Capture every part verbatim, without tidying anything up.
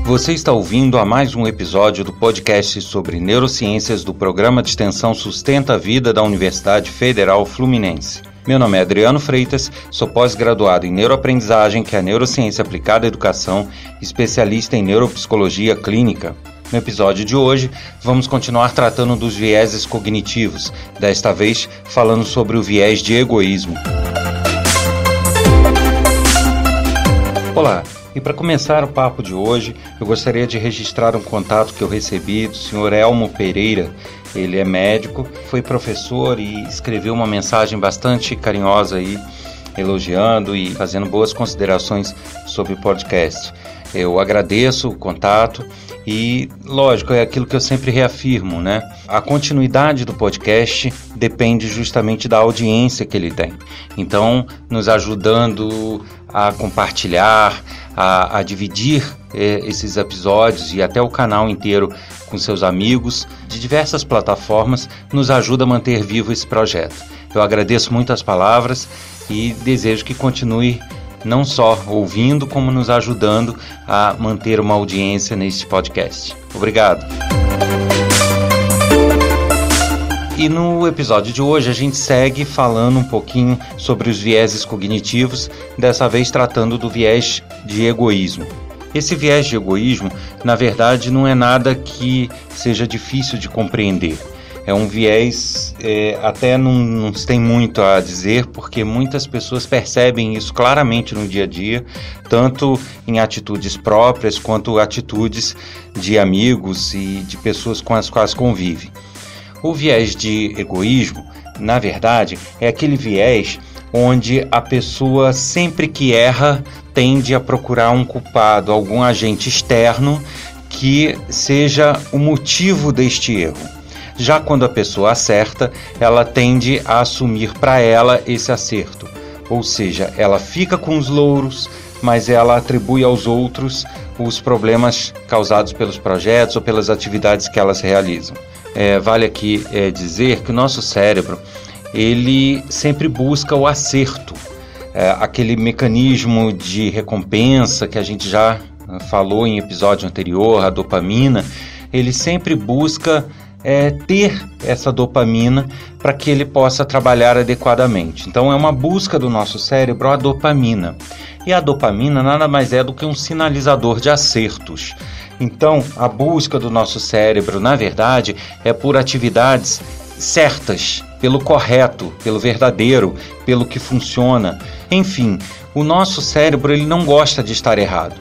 Você está ouvindo a mais um episódio do podcast sobre neurociências do Programa de Extensão Sustenta a Vida da Universidade Federal Fluminense. Meu nome é Adriano Freitas, sou pós-graduado em neuroaprendizagem, que é a neurociência aplicada à educação, especialista em neuropsicologia clínica. No episódio de hoje, vamos continuar tratando dos vieses cognitivos, desta vez falando sobre o viés de egoísmo. Olá! E para começar o papo de hoje, eu gostaria de registrar um contato que eu recebi do senhor Elmo Pereira. Ele é médico, foi professor e escreveu uma mensagem bastante carinhosa aí, elogiando e fazendo boas considerações sobre o podcast. Eu agradeço o contato e, lógico, é aquilo que eu sempre reafirmo, né? A continuidade do podcast depende justamente da audiência que ele tem. Então, nos ajudando a compartilhar, a, a dividir eh, esses episódios e até o canal inteiro com seus amigos de diversas plataformas, nos ajuda a manter vivo esse projeto. Eu agradeço muito as palavras e desejo que continue não só ouvindo, como nos ajudando a manter uma audiência neste podcast. Obrigado! E no episódio de hoje a gente segue falando um pouquinho sobre os vieses cognitivos, dessa vez tratando do viés de egoísmo. Esse viés de egoísmo, na verdade, não é nada que seja difícil de compreender. É um viés, é, até não, não se tem muito a dizer, porque muitas pessoas percebem isso claramente no dia a dia, tanto em atitudes próprias quanto atitudes de amigos e de pessoas com as quais convive. O viés de egoísmo, na verdade, é aquele viés onde a pessoa, sempre que erra, tende a procurar um culpado, algum agente externo que seja o motivo deste erro. Já quando a pessoa acerta, ela tende a assumir para ela esse acerto. Ou seja, ela fica com os louros, mas ela atribui aos outros os problemas causados pelos projetos ou pelas atividades que elas realizam. É, vale aqui é, dizer que o nosso cérebro, ele sempre busca o acerto, é, aquele mecanismo de recompensa que a gente já falou em episódio anterior, a dopamina, ele sempre busca é, ter essa dopamina para que ele possa trabalhar adequadamente. Então é uma busca do nosso cérebro a dopamina. E a dopamina nada mais é do que um sinalizador de acertos. Então, a busca do nosso cérebro, na verdade, é por atividades certas, pelo correto, pelo verdadeiro, pelo que funciona. Enfim, o nosso cérebro ele não gosta de estar errado.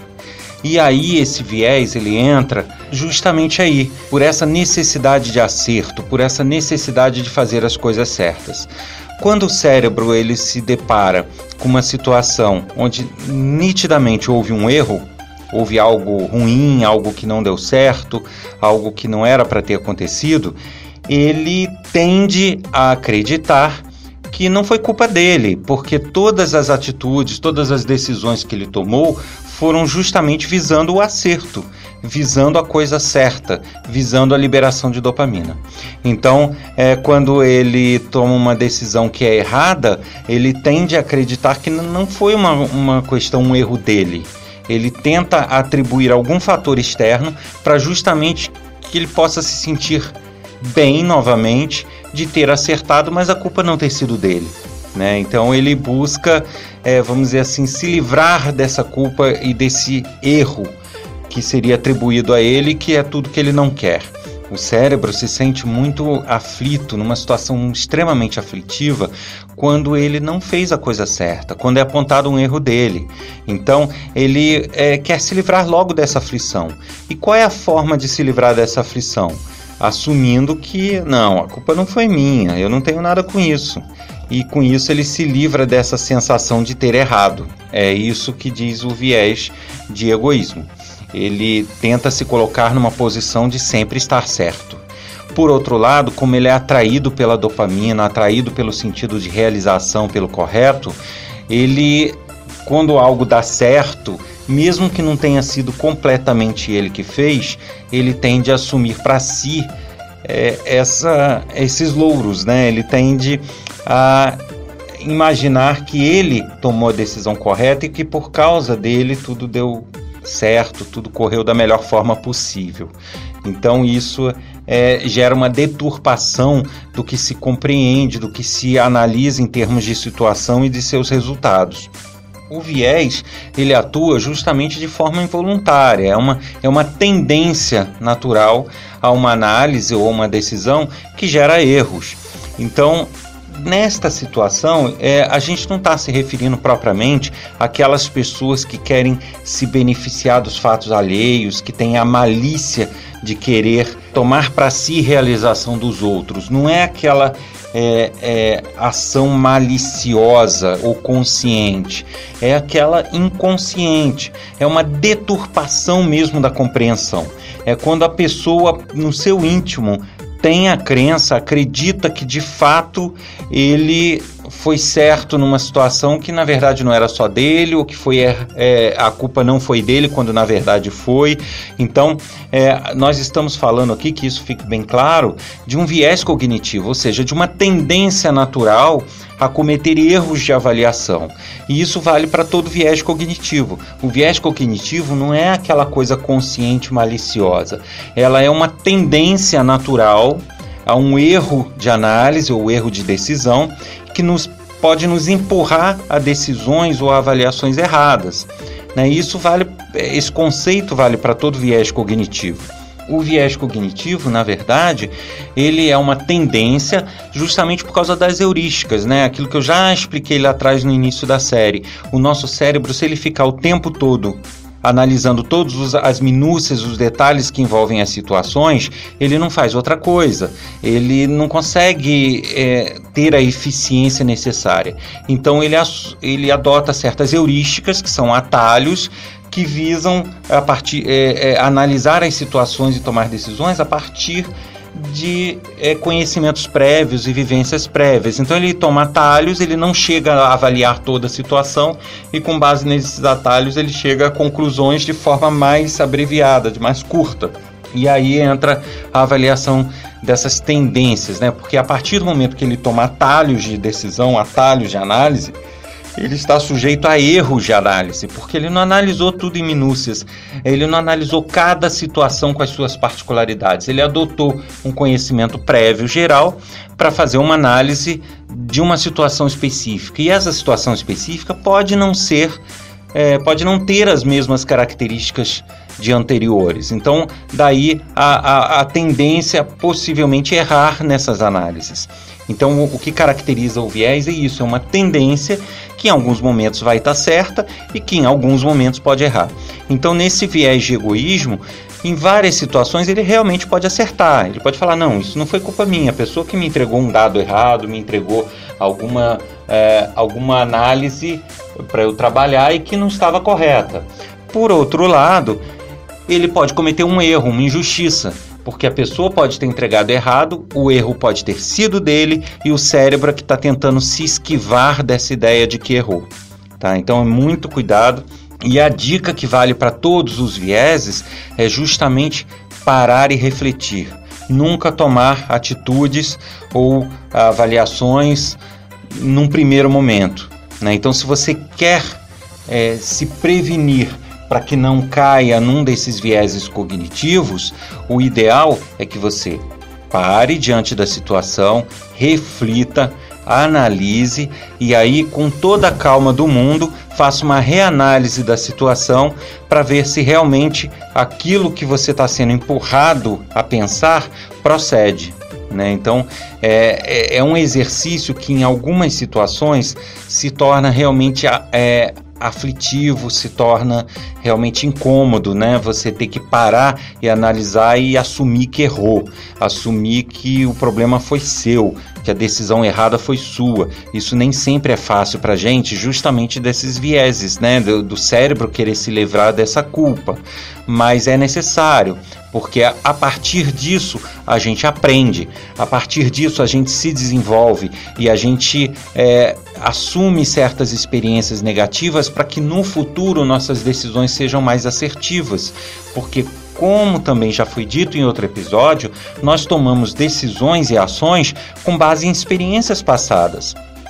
E aí esse viés ele entra justamente aí, por essa necessidade de acerto, por essa necessidade de fazer as coisas certas. Quando o cérebro ele se depara com uma situação onde nitidamente houve um erro, houve algo ruim, algo que não deu certo, algo que não era para ter acontecido, ele tende a acreditar que não foi culpa dele, porque todas as atitudes, todas as decisões que ele tomou foram justamente visando o acerto, visando a coisa certa, visando a liberação de dopamina. Então, é, quando ele toma uma decisão que é errada, ele tende a acreditar que não foi uma, uma questão, um erro dele. Ele tenta atribuir algum fator externo para justamente que ele possa se sentir bem novamente de ter acertado, mas a culpa não ter sido dele, né? Então ele busca, é, vamos dizer assim, se livrar dessa culpa e desse erro que seria atribuído a ele, que é tudo que ele não quer. O cérebro se sente muito aflito, numa situação extremamente aflitiva, quando ele não fez a coisa certa, quando é apontado um erro dele. Então, ele é, quer se livrar logo dessa aflição. E qual é a forma de se livrar dessa aflição? Assumindo que, não, a culpa não foi minha, eu não tenho nada com isso. E com isso ele se livra dessa sensação de ter errado. É isso que diz o viés de egoísmo. Ele tenta se colocar numa posição de sempre estar certo. Por outro lado, como ele é atraído pela dopamina, atraído pelo sentido de realização, pelo correto, ele, quando algo dá certo, mesmo que não tenha sido completamente ele que fez, ele tende a assumir para si é, essa, esses louros, né? Ele tende a imaginar que ele tomou a decisão correta e que por causa dele tudo deu certo, tudo correu da melhor forma possível. Então isso é, gera uma deturpação do que se compreende, do que se analisa em termos de situação e de seus resultados. O viés, ele atua justamente de forma involuntária, é uma, é uma tendência natural a uma análise ou uma decisão que gera erros. Então, nesta situação, é, a gente não está se referindo propriamente àquelas pessoas que querem se beneficiar dos fatos alheios, que têm a malícia de querer tomar para si realização dos outros. Não é aquela é, é, ação maliciosa ou consciente, é aquela inconsciente, é uma deturpação mesmo da compreensão. É quando a pessoa, no seu íntimo, tem a crença, acredita que de fato ele foi certo numa situação que na verdade não era só dele, ou que foi, é, a culpa não foi dele quando na verdade foi. Então é, nós estamos falando aqui, que isso fique bem claro, de um viés cognitivo, ou seja, de uma tendência natural a cometer erros de avaliação. E isso vale para todo viés cognitivo. O viés cognitivo não é aquela coisa consciente maliciosa. Ela é uma tendência natural a um erro de análise ou erro de decisão que nos, pode nos empurrar a decisões ou a avaliações erradas. Né? Isso vale, esse conceito vale para todo viés cognitivo. O viés cognitivo, na verdade, ele é uma tendência justamente por causa das heurísticas, né? Aquilo que eu já expliquei lá atrás no início da série. O nosso cérebro, se ele ficar o tempo todo analisando todas as minúcias, os detalhes que envolvem as situações, ele não faz outra coisa. Ele não consegue é, ter a eficiência necessária. Então ele, ele adota certas heurísticas, que são atalhos, que visam a partir, é, é, analisar as situações e tomar decisões a partir de é, conhecimentos prévios e vivências prévias. Então ele toma atalhos, ele não chega a avaliar toda a situação e com base nesses atalhos ele chega a conclusões de forma mais abreviada, de mais curta. E aí entra a avaliação dessas tendências, né? Porque a partir do momento que ele toma atalhos de decisão, atalhos de análise, ele está sujeito a erros de análise, porque ele não analisou tudo em minúcias, ele não analisou cada situação com as suas particularidades, ele adotou um conhecimento prévio geral para fazer uma análise de uma situação específica, e essa situação específica pode não ser, é, pode não ter as mesmas características de anteriores. Então, daí a, a, a tendência a possivelmente errar nessas análises. Então, o, o que caracteriza o viés é isso, é uma tendência que em alguns momentos vai estar certa e que em alguns momentos pode errar. Então, nesse viés de egoísmo, em várias situações ele realmente pode acertar, ele pode falar, não, isso não foi culpa minha, a pessoa que me entregou um dado errado, me entregou alguma, é, alguma análise para eu trabalhar e que não estava correta. Por outro lado, ele pode cometer um erro, uma injustiça, porque a pessoa pode ter entregado errado, o erro pode ter sido dele e o cérebro é que está tentando se esquivar dessa ideia de que errou. Tá? Então é muito cuidado, e a dica que vale para todos os vieses é justamente parar e refletir. Nunca tomar atitudes ou avaliações num primeiro momento. Né? Então, se você quer é, se prevenir para que não caia num desses vieses cognitivos, o ideal é que você pare diante da situação, reflita, analise e aí, com toda a calma do mundo, faça uma reanálise da situação para ver se realmente aquilo que você está sendo empurrado a pensar procede. Né? Então, é, é um exercício que em algumas situações se torna realmente é, aflitivo, se torna realmente incômodo, né? Você ter que parar e analisar e assumir que errou, assumir que o problema foi seu, que a decisão errada foi sua. Isso nem sempre é fácil para a gente, justamente desses vieses, né? Do, do cérebro querer se livrar dessa culpa, mas é necessário, porque a partir disso a gente aprende, a partir disso a gente se desenvolve e a gente é, assume certas experiências negativas para que no futuro nossas decisões sejam mais assertivas, porque como também já foi dito em outro episódio, nós tomamos decisões e ações com base em experiências passadas.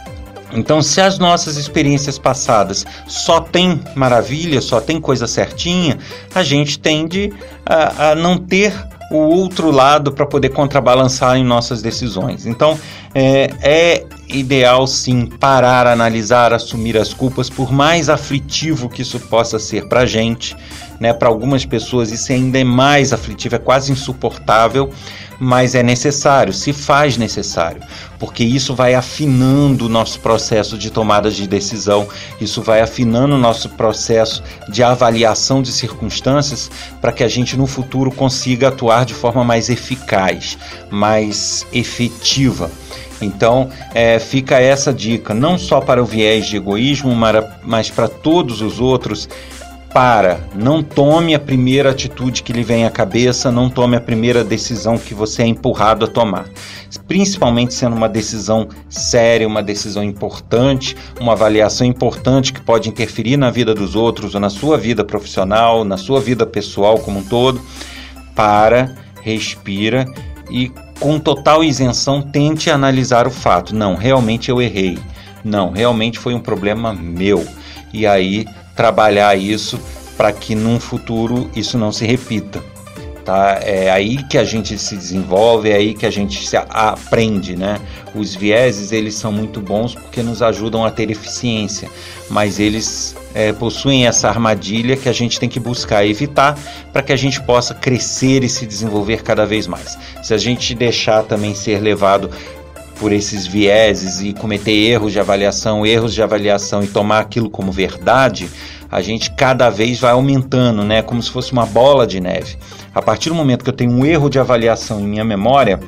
Então, se as nossas experiências passadas só tem maravilha, só tem coisa certinha, a gente tende a, a não ter o outro lado para poder contrabalançar em nossas decisões. Então, é, é ideal sim parar, analisar, assumir as culpas, por mais aflitivo que isso possa ser para a gente, né? Para algumas pessoas isso ainda é mais aflitivo, é quase insuportável, mas é necessário, se faz necessário, porque isso vai afinando o nosso processo de tomada de decisão, isso vai afinando o nosso processo de avaliação de circunstâncias, para que a gente no futuro consiga atuar de forma mais eficaz, mais efetiva. Então, é, fica essa dica, não só para o viés de egoísmo, mas para todos os outros. Para, não tome a primeira atitude que lhe vem à cabeça, não tome a primeira decisão que você é empurrado a tomar, principalmente sendo uma decisão séria, uma decisão importante, uma avaliação importante que pode interferir na vida dos outros, ou na sua vida profissional, na sua vida pessoal como um todo. Para, respira e com total isenção tente analisar o fato. Não, realmente eu errei. Não, realmente foi um problema meu. E aí trabalhar isso para que num futuro isso não se repita, tá? É aí que a gente se desenvolve, é aí que a gente se aprende, né? Os vieses, eles são muito bons porque nos ajudam a ter eficiência, mas eles é, possuem essa armadilha que a gente tem que buscar evitar para que a gente possa crescer e se desenvolver cada vez mais. Se a gente deixar também ser levado por esses vieses e cometer erros de avaliação, erros de avaliação e tomar aquilo como verdade, a gente cada vez vai aumentando, né? Como se fosse uma bola de neve. A partir do momento que eu tenho um erro de avaliação em minha memória,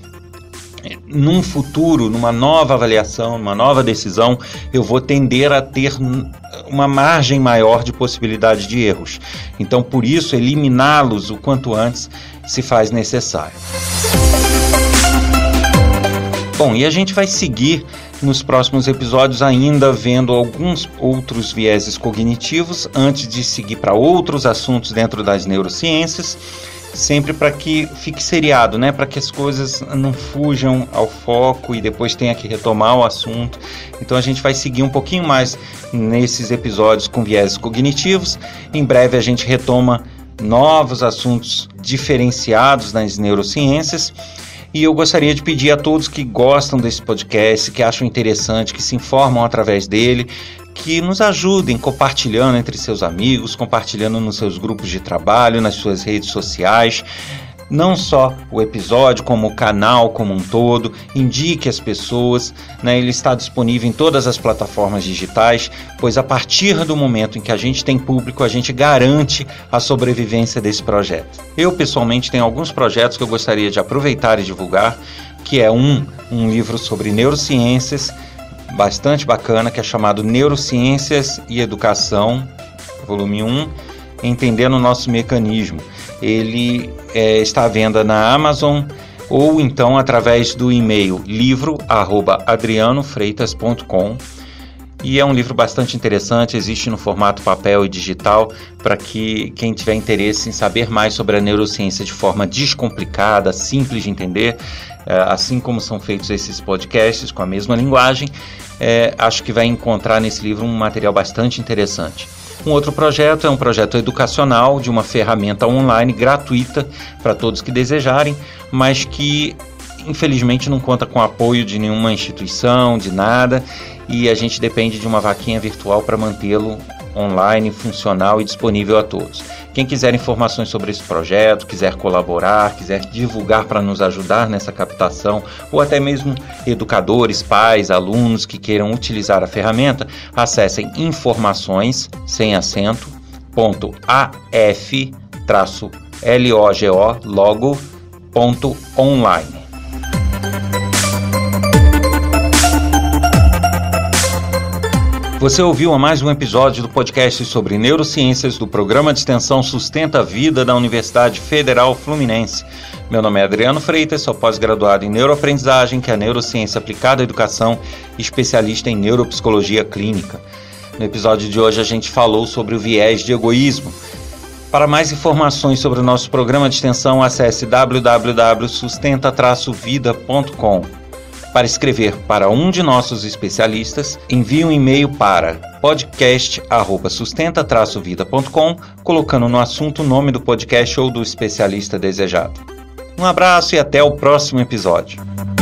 num futuro, numa nova avaliação, numa nova decisão, eu vou tender a ter uma margem maior de possibilidade de erros. Então, por isso, eliminá-los o quanto antes se faz necessário. Bom, e a gente vai seguir nos próximos episódios ainda vendo alguns outros vieses cognitivos antes de seguir para outros assuntos dentro das neurociências, sempre para que fique seriado, né? Para que as coisas não fujam ao foco e depois tenha que retomar o assunto. Então a gente vai seguir um pouquinho mais nesses episódios com vieses cognitivos. Em breve a gente retoma novos assuntos diferenciados nas neurociências. E eu gostaria de pedir a todos que gostam desse podcast, que acham interessante, que se informam através dele, que nos ajudem compartilhando entre seus amigos, compartilhando nos seus grupos de trabalho, nas suas redes sociais. Não só o episódio, como o canal como um todo, indique as pessoas, né? Ele está disponível em todas as plataformas digitais, pois a partir do momento em que a gente tem público, a gente garante a sobrevivência desse projeto. Eu, pessoalmente, tenho alguns projetos que eu gostaria de aproveitar e divulgar, que é um, um livro sobre neurociências, bastante bacana, que é chamado Neurociências e Educação, volume um, Entendendo o Nosso Mecanismo. Ele é, está à venda na Amazon ou então através do e-mail livro arroba adriano freitas ponto com, e é um livro bastante interessante, existe no formato papel e digital para que quem tiver interesse em saber mais sobre a neurociência de forma descomplicada, simples de entender, assim como são feitos esses podcasts com a mesma linguagem, é, acho que vai encontrar nesse livro um material bastante interessante. Um outro projeto é um projeto educacional de uma ferramenta online gratuita para todos que desejarem, mas que infelizmente não conta com apoio de nenhuma instituição, de nada, e a gente depende de uma vaquinha virtual para mantê-lo online, funcional e disponível a todos. Quem quiser informações sobre esse projeto, quiser colaborar, quiser divulgar para nos ajudar nessa captação, ou até mesmo educadores, pais, alunos que queiram utilizar a ferramenta, acessem informações, sem acento, ponto af, traço, logo, logo, ponto online. Você ouviu a mais um episódio do podcast sobre neurociências do programa de extensão Sustenta a Vida da Universidade Federal Fluminense. Meu nome é Adriano Freitas, sou pós-graduado em neuroaprendizagem, que é a neurociência aplicada à educação, e especialista em neuropsicologia clínica. No episódio de hoje a gente falou sobre o viés de egoísmo. Para mais informações sobre o nosso programa de extensão, acesse w w w ponto sustenta traço vida ponto com. Para escrever para um de nossos especialistas, envie um e-mail para podcast arroba sustenta traço vida ponto com, colocando no assunto o nome do podcast ou do especialista desejado. Um abraço e até o próximo episódio.